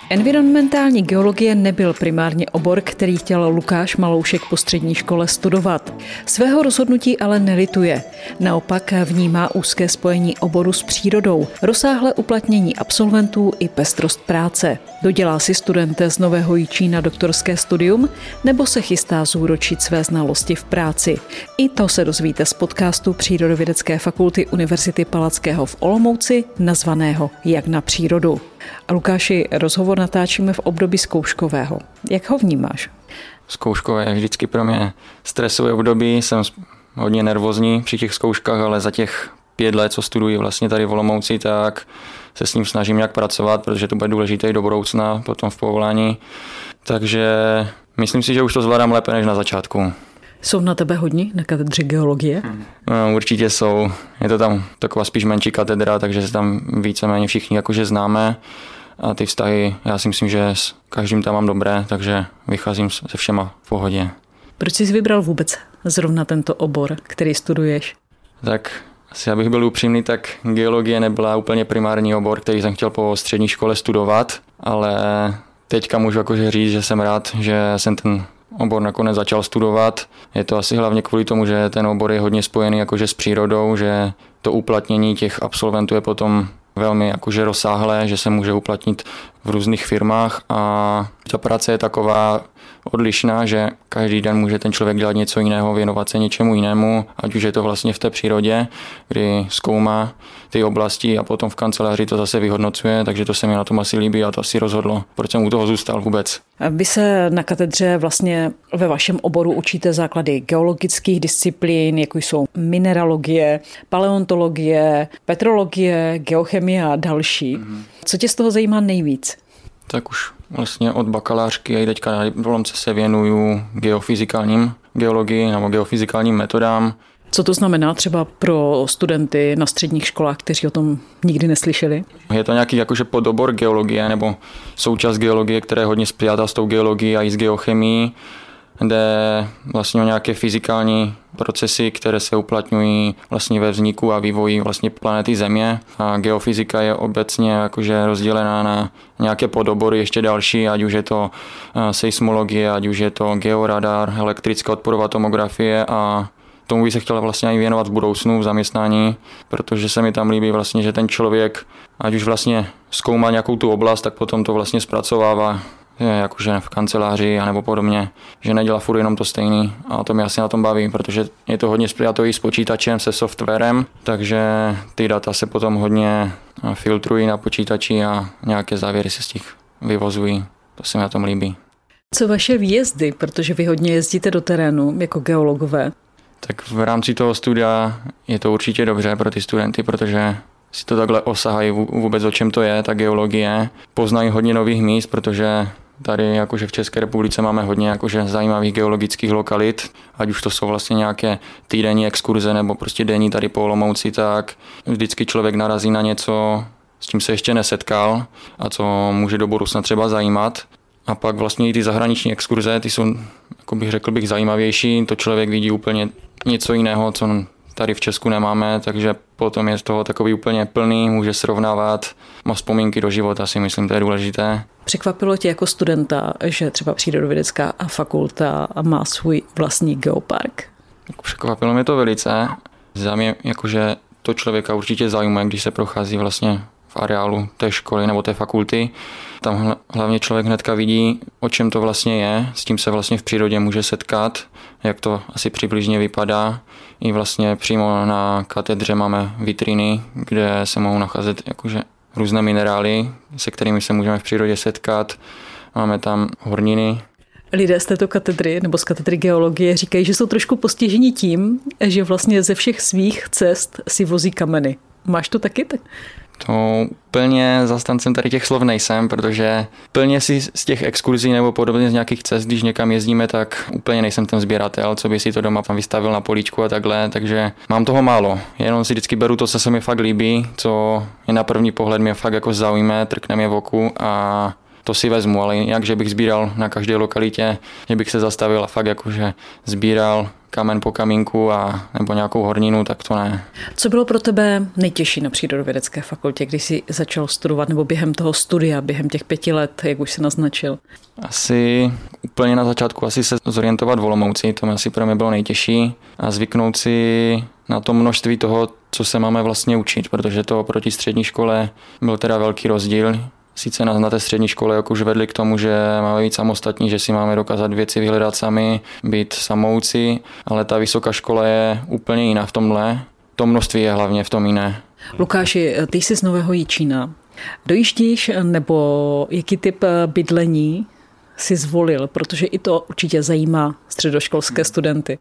Environmentální geologie nebyl primárně obor, který chtěl Lukáš Maloušek po střední škole studovat. Svého rozhodnutí ale nelituje. Naopak vnímá úzké spojení oboru s přírodou, rozsáhlé uplatnění absolventů i pestrost práce. Dodělá si student z Nového Jičína doktorské studium nebo se chystá zúročit své znalosti v práci? I to se dozvíte z podcastu Přírodovědecké fakulty Univerzity Palackého v Olomouci, nazvaného Jak na přírodu. A Lukáši, rozhovor natáčíme v období zkouškového. Jak ho vnímáš? Zkouškové je vždycky pro mě stresové období, jsem hodně nervózní při těch zkouškách, ale za těch 5 let, co studuji vlastně tady v Olomouci, tak se s ním snažím nějak pracovat, protože to bude důležité i do budoucna, potom v povolání. Takže myslím si, že už to zvládám lépe než na začátku. Jsou na tebe hodní na katedře geologie? No, určitě jsou. Je to tam taková spíš menší katedra, takže se tam víceméně všichni jakože známe. A ty vztahy, já si myslím, že s každým tam mám dobré, takže vycházím se všema v pohodě. Proč jsi vybral vůbec zrovna tento obor, který studuješ? Tak asi abych byl upřímný, tak geologie nebyla úplně primární obor, který jsem chtěl po střední škole studovat, ale teďka můžu jakože říct, že jsem rád, že jsem ten obor nakonec začal studovat. Je to asi hlavně kvůli tomu, že ten obor je hodně spojený jakože s přírodou, že to uplatnění těch absolventů je potom velmi jakože rozsáhlé, že se může uplatnit v různých firmách a ta práce je taková odlišná, že každý den může ten člověk dělat něco jiného, věnovat se něčemu jinému, ať už je to vlastně v té přírodě, kdy zkoumá ty oblasti a potom v kanceláři to zase vyhodnocuje, takže to se mi na tom asi líbí a to asi rozhodlo, proč jsem u toho zůstal vůbec. Vy se na katedře vlastně ve vašem oboru učíte základy geologických disciplín, jako jsou mineralogie, paleontologie, petrologie, geochemie a další. Co tě z toho zajímá nejvíc? Tak už vlastně od bakalářky a i teďka na diplomce se věnuju geofyzikálním geologii nebo geofyzikálním metodám. Co to znamená třeba pro studenty na středních školách, kteří o tom nikdy neslyšeli? Je to nějaký jakože podobor geologie nebo součást geologie, která je hodně spjatá s tou geologií a i s geochemií, jde vlastně o nějaké fyzikální procesy, které se uplatňují vlastně ve vzniku a vývoji vlastně planety Země. A geofyzika je obecně jakože rozdělená na nějaké podobory ještě další, ať už je to seismologie, ať už je to georadar, elektrická odporová tomografie a tomu bych se chtěla vlastně i věnovat v budoucnu v zaměstnání, protože se mi tam líbí vlastně, že ten člověk, ať už vlastně zkoumá nějakou tu oblast, tak potom to vlastně zpracovává jakože v kanceláři anebo podobně, že nedělá furt jenom to stejný a to mě asi na tom baví, protože je to hodně spjato s počítačem, se softwarem, takže ty data se potom hodně filtrují na počítači a nějaké závěry se z těch vyvozují. To se mi na tom líbí. Co vaše výjezdy, protože vy hodně jezdíte do terénu jako geologové? Tak v rámci toho studia je to určitě dobře pro ty studenty, protože si to takhle osahají vůbec, o čem to je, ta geologie. Poznají hodně nových míst, protože tady jakože v České republice máme hodně jakože zajímavých geologických lokalit, ať už to jsou vlastně nějaké týdenní exkurze nebo prostě denní tady po Olomouci, tak vždycky člověk narazí na něco, s čím se ještě nesetkal a co může do budoucna třeba zajímat. A pak vlastně i ty zahraniční exkurze, ty jsou, jako bych řekl, zajímavější, to člověk vidí úplně něco jiného, co tady v Česku nemáme, takže potom je z toho takový úplně plný, může srovnávat, má vzpomínky do života, si myslím, to je důležité. Překvapilo tě jako studenta, že třeba Přírodovědecká fakulta má svůj vlastní geopark? Překvapilo mě to velice. Za mě jakože to člověka určitě zajímá, když se prochází vlastně v areálu té školy nebo té fakulty. Tam hlavně člověk hnedka vidí, o čem to vlastně je, s tím se vlastně v přírodě může setkat, jak to asi přibližně vypadá. I vlastně přímo na katedře máme vitriny, kde se mohou nacházet jakože různé minerály, se kterými se můžeme v přírodě setkat. Máme tam horniny. Lidé z této katedry nebo z katedry geologie říkají, že jsou trošku postiženi tím, že vlastně ze všech svých cest si vozí kameny. Máš to taky? To plně zastancem tady těch slov nejsem, protože plně si z těch exkurzí nebo podobně z nějakých cest, když někam jezdíme, tak úplně nejsem ten sběratel, co by si to doma vystavil na políčku a takhle, takže mám toho málo. Jenom si vždycky beru to, co se mi fakt líbí, co je na první pohled mě fakt jako zaujme, trkne mě v oku a to si vezmu, ale jak, že bych sbíral na každé lokalitě, že bych se zastavil a fakt jakože sbíral kamen po kamínku a nebo nějakou horninu, tak to ne. Co bylo pro tebe nejtěžší na Přírodovědecké fakultě, když jsi začal studovat, nebo během toho studia, během těch 5 let, jak už jsi naznačil? Asi úplně na začátku asi se zorientovat v Olomouci, to mi asi pro mě bylo nejtěžší a zvyknout si na to množství toho, co se máme vlastně učit, protože to oproti střední škole byl teda velký rozdíl. Sice nás na té střední škole jak už vedli k tomu, že máme být samostatní, že si máme dokázat věci vyhledat sami, být samouci, ale ta vysoká škola je úplně jiná v tomhle. To množství je hlavně v tom jiné. Lukáši, ty jsi z Nového Jičína. Dojíždíš nebo jaký typ bydlení si zvolil, protože i to určitě zajímá středoškolské studenty?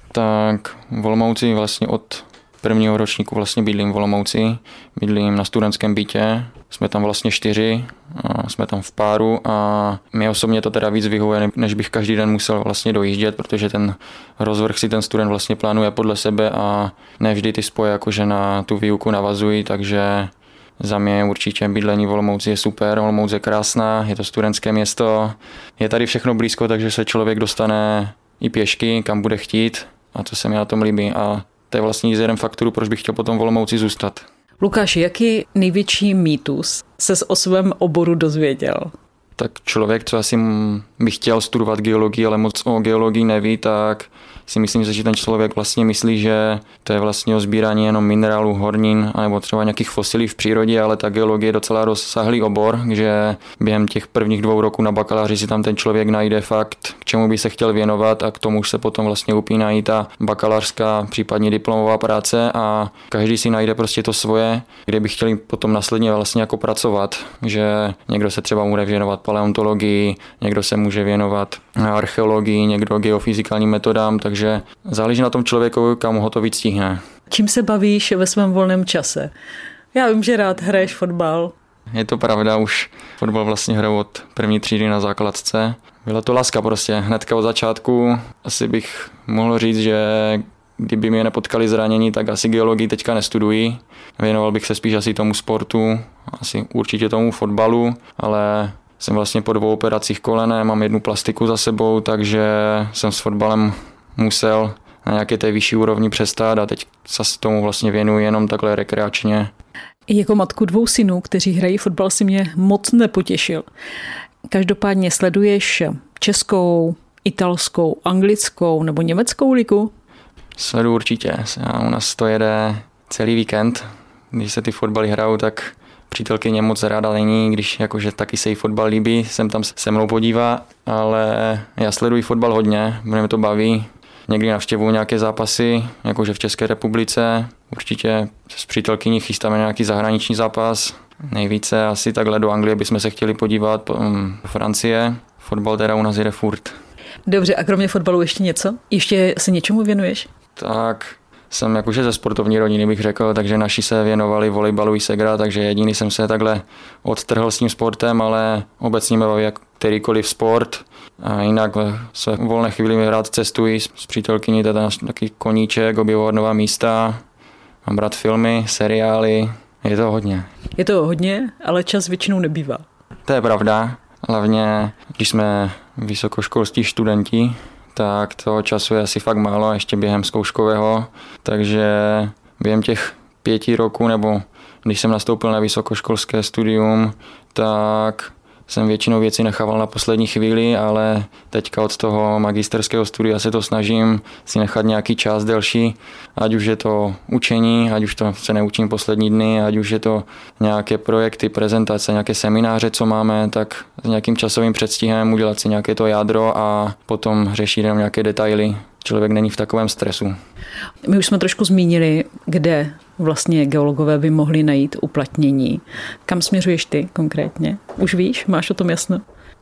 Tak v Olomouci vlastně od prvního ročníku vlastně bydlím v Olomouci, bydlím na studentském bytě, jsme tam vlastně 4, jsme tam v páru a mě osobně to teda víc vyhovuje, než bych každý den musel vlastně dojíždět, protože ten rozvrh si ten student vlastně plánuje podle sebe a ne vždy ty spoje jakože na tu výuku navazují, takže za mě určitě bydlení v Olomouci je super, Olomouc je krásná, je to studentské město, je tady všechno blízko, takže se člověk dostane i pěšky, kam bude chtít a to se mi na tom líbí a to je vlastně z jeden faktorů, proč bych chtěl potom v Olomouci zůstat. Lukáši, jaký největší mýtus ses o svém oboru dozvěděl? Tak člověk, co asi by chtěl studovat geologii, ale moc o geologii neví, tak si myslím, že ten člověk vlastně myslí, že to je vlastně o sbírání jenom minerálů, hornin, anebo třeba nějakých fosilí v přírodě, ale ta geologie je docela rozsáhlý obor, že během těch prvních 2 roků na bakaláři si tam ten člověk najde fakt, k čemu by se chtěl věnovat a k tomu už se potom vlastně upíná i ta bakalářská, případně diplomová práce a každý si najde prostě to svoje, kde by chtěli potom následně vlastně jako pracovat, že někdo se třeba může věnovat paleontologii, někdo se může věnovat archeologii, někdo geofyzikálním metodám, takže záleží na tom člověku, kam ho to víc stihne. Čím se bavíš ve svém volném čase? Já vím, že rád hraješ fotbal. Je to pravda, už fotbal vlastně hraju od první třídy na základce. Byla to láska prostě, hnedka od začátku. Asi bych mohl říct, že kdyby mě nepotkali zranění, tak asi geologii teďka nestuduji. Věnoval bych se spíš asi tomu sportu, asi určitě tomu fotbalu, ale jsem vlastně po 2 operacích kolene, mám 1 plastiku za sebou, takže jsem s fotbalem musel na nějaké té vyšší úrovni přestát a teď se tomu vlastně věnuji jenom takhle rekreačně. Jako matku 2 synů, kteří hrají fotbal, si mě moc nepotěšil. Každopádně sleduješ českou, italskou, anglickou nebo německou ligu? Sleduju určitě. U nás to jede celý víkend. Když se ty fotbaly hrajou, tak přítelkyně moc ráda není, když jakože taky se jí fotbal líbí, jsem tam se mnou podívá, ale já sleduji fotbal hodně, mě to baví. Někdy navštěvuju nějaké zápasy, jakože v České republice. Určitě s přítelkyní chystáme nějaký zahraniční zápas. Nejvíce asi takhle do Anglie bychom se chtěli podívat, do Francie. Fotbal teda u nás jede furt. Dobře, a kromě fotbalu ještě něco? Ještě se něčemu věnuješ? Tak jsem jakože ze sportovní rodiny bych řekl, takže naši se věnovali volejbalu i segra, takže jediný jsem se takhle odtrhl s tím sportem, ale obecně mě baví kterýkoliv sport. A jinak se volné chvíli rád cestuji s přítelkyní, teda taky koníček, objevovat nová místa, mám rád filmy, seriály, je to hodně. Je to hodně, ale čas většinou nebývá. To je pravda, hlavně když jsme vysokoškolští studenti, tak toho času je asi fakt málo, ještě během zkouškového, takže během těch 5 roků, nebo když jsem nastoupil na vysokoškolské studium, tak jsem většinou věci nechával na poslední chvíli, ale teďka od toho magisterského studia se to snažím si nechat nějaký čas delší, ať už je to učení, ať už to se neučím poslední dny, ať už je to nějaké projekty, prezentace, nějaké semináře, co máme, tak s nějakým časovým předstihem udělat si nějaké to jádro a potom řešit jenom nějaké detaily. Člověk není v takovém stresu. My už jsme trošku zmínili, kde vlastně geologové by mohli najít uplatnění. Kam směřuješ ty konkrétně? Už víš? Máš o tom jasno?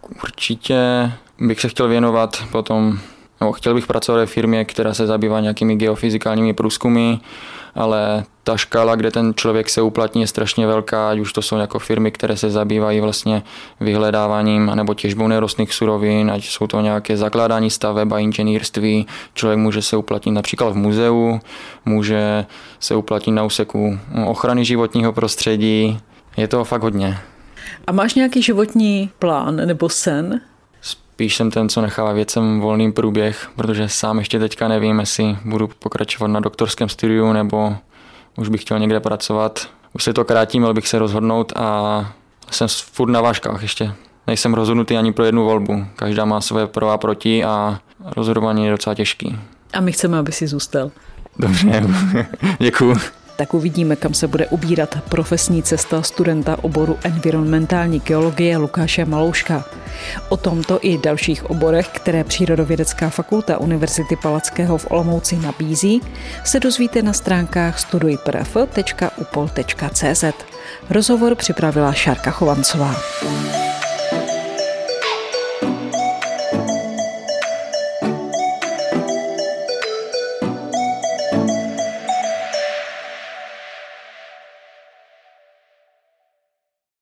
Určitě bych se chtěl věnovat potom, nebo chtěl bych pracovat ve firmě, která se zabývá nějakými geofyzikálními průzkumy, ale ta škála, kde ten člověk se uplatní, je strašně velká, ať už to jsou jako firmy, které se zabývají vlastně vyhledáváním nebo těžbou nerostných surovin, ať jsou to nějaké zakládání staveb a inženýrství. Člověk může se uplatnit například v muzeu, může se uplatnit na úseku ochrany životního prostředí. Je toho fakt hodně. A máš nějaký životní plán nebo sen? Spíš jsem ten, co nechává věcem volný průběh, protože sám ještě teďka nevím, jestli budu pokračovat na doktorském studiu nebo už bych chtěl někde pracovat. Už se to krátí, měl bych se rozhodnout a jsem furt na vážkách ještě. Nejsem rozhodnutý ani pro jednu volbu. Každá má své pro a proti a rozhodování je docela těžký. A my chceme, aby si zůstal. Dobře, děkuju. Tak uvidíme, kam se bude ubírat profesní cesta studenta oboru environmentální geologie Lukáše Malouška. O tomto i dalších oborech, které Přírodovědecká fakulta Univerzity Palackého v Olomouci nabízí, se dozvíte na stránkách studujprf.upol.cz. Rozhovor připravila Šárka Chovancová.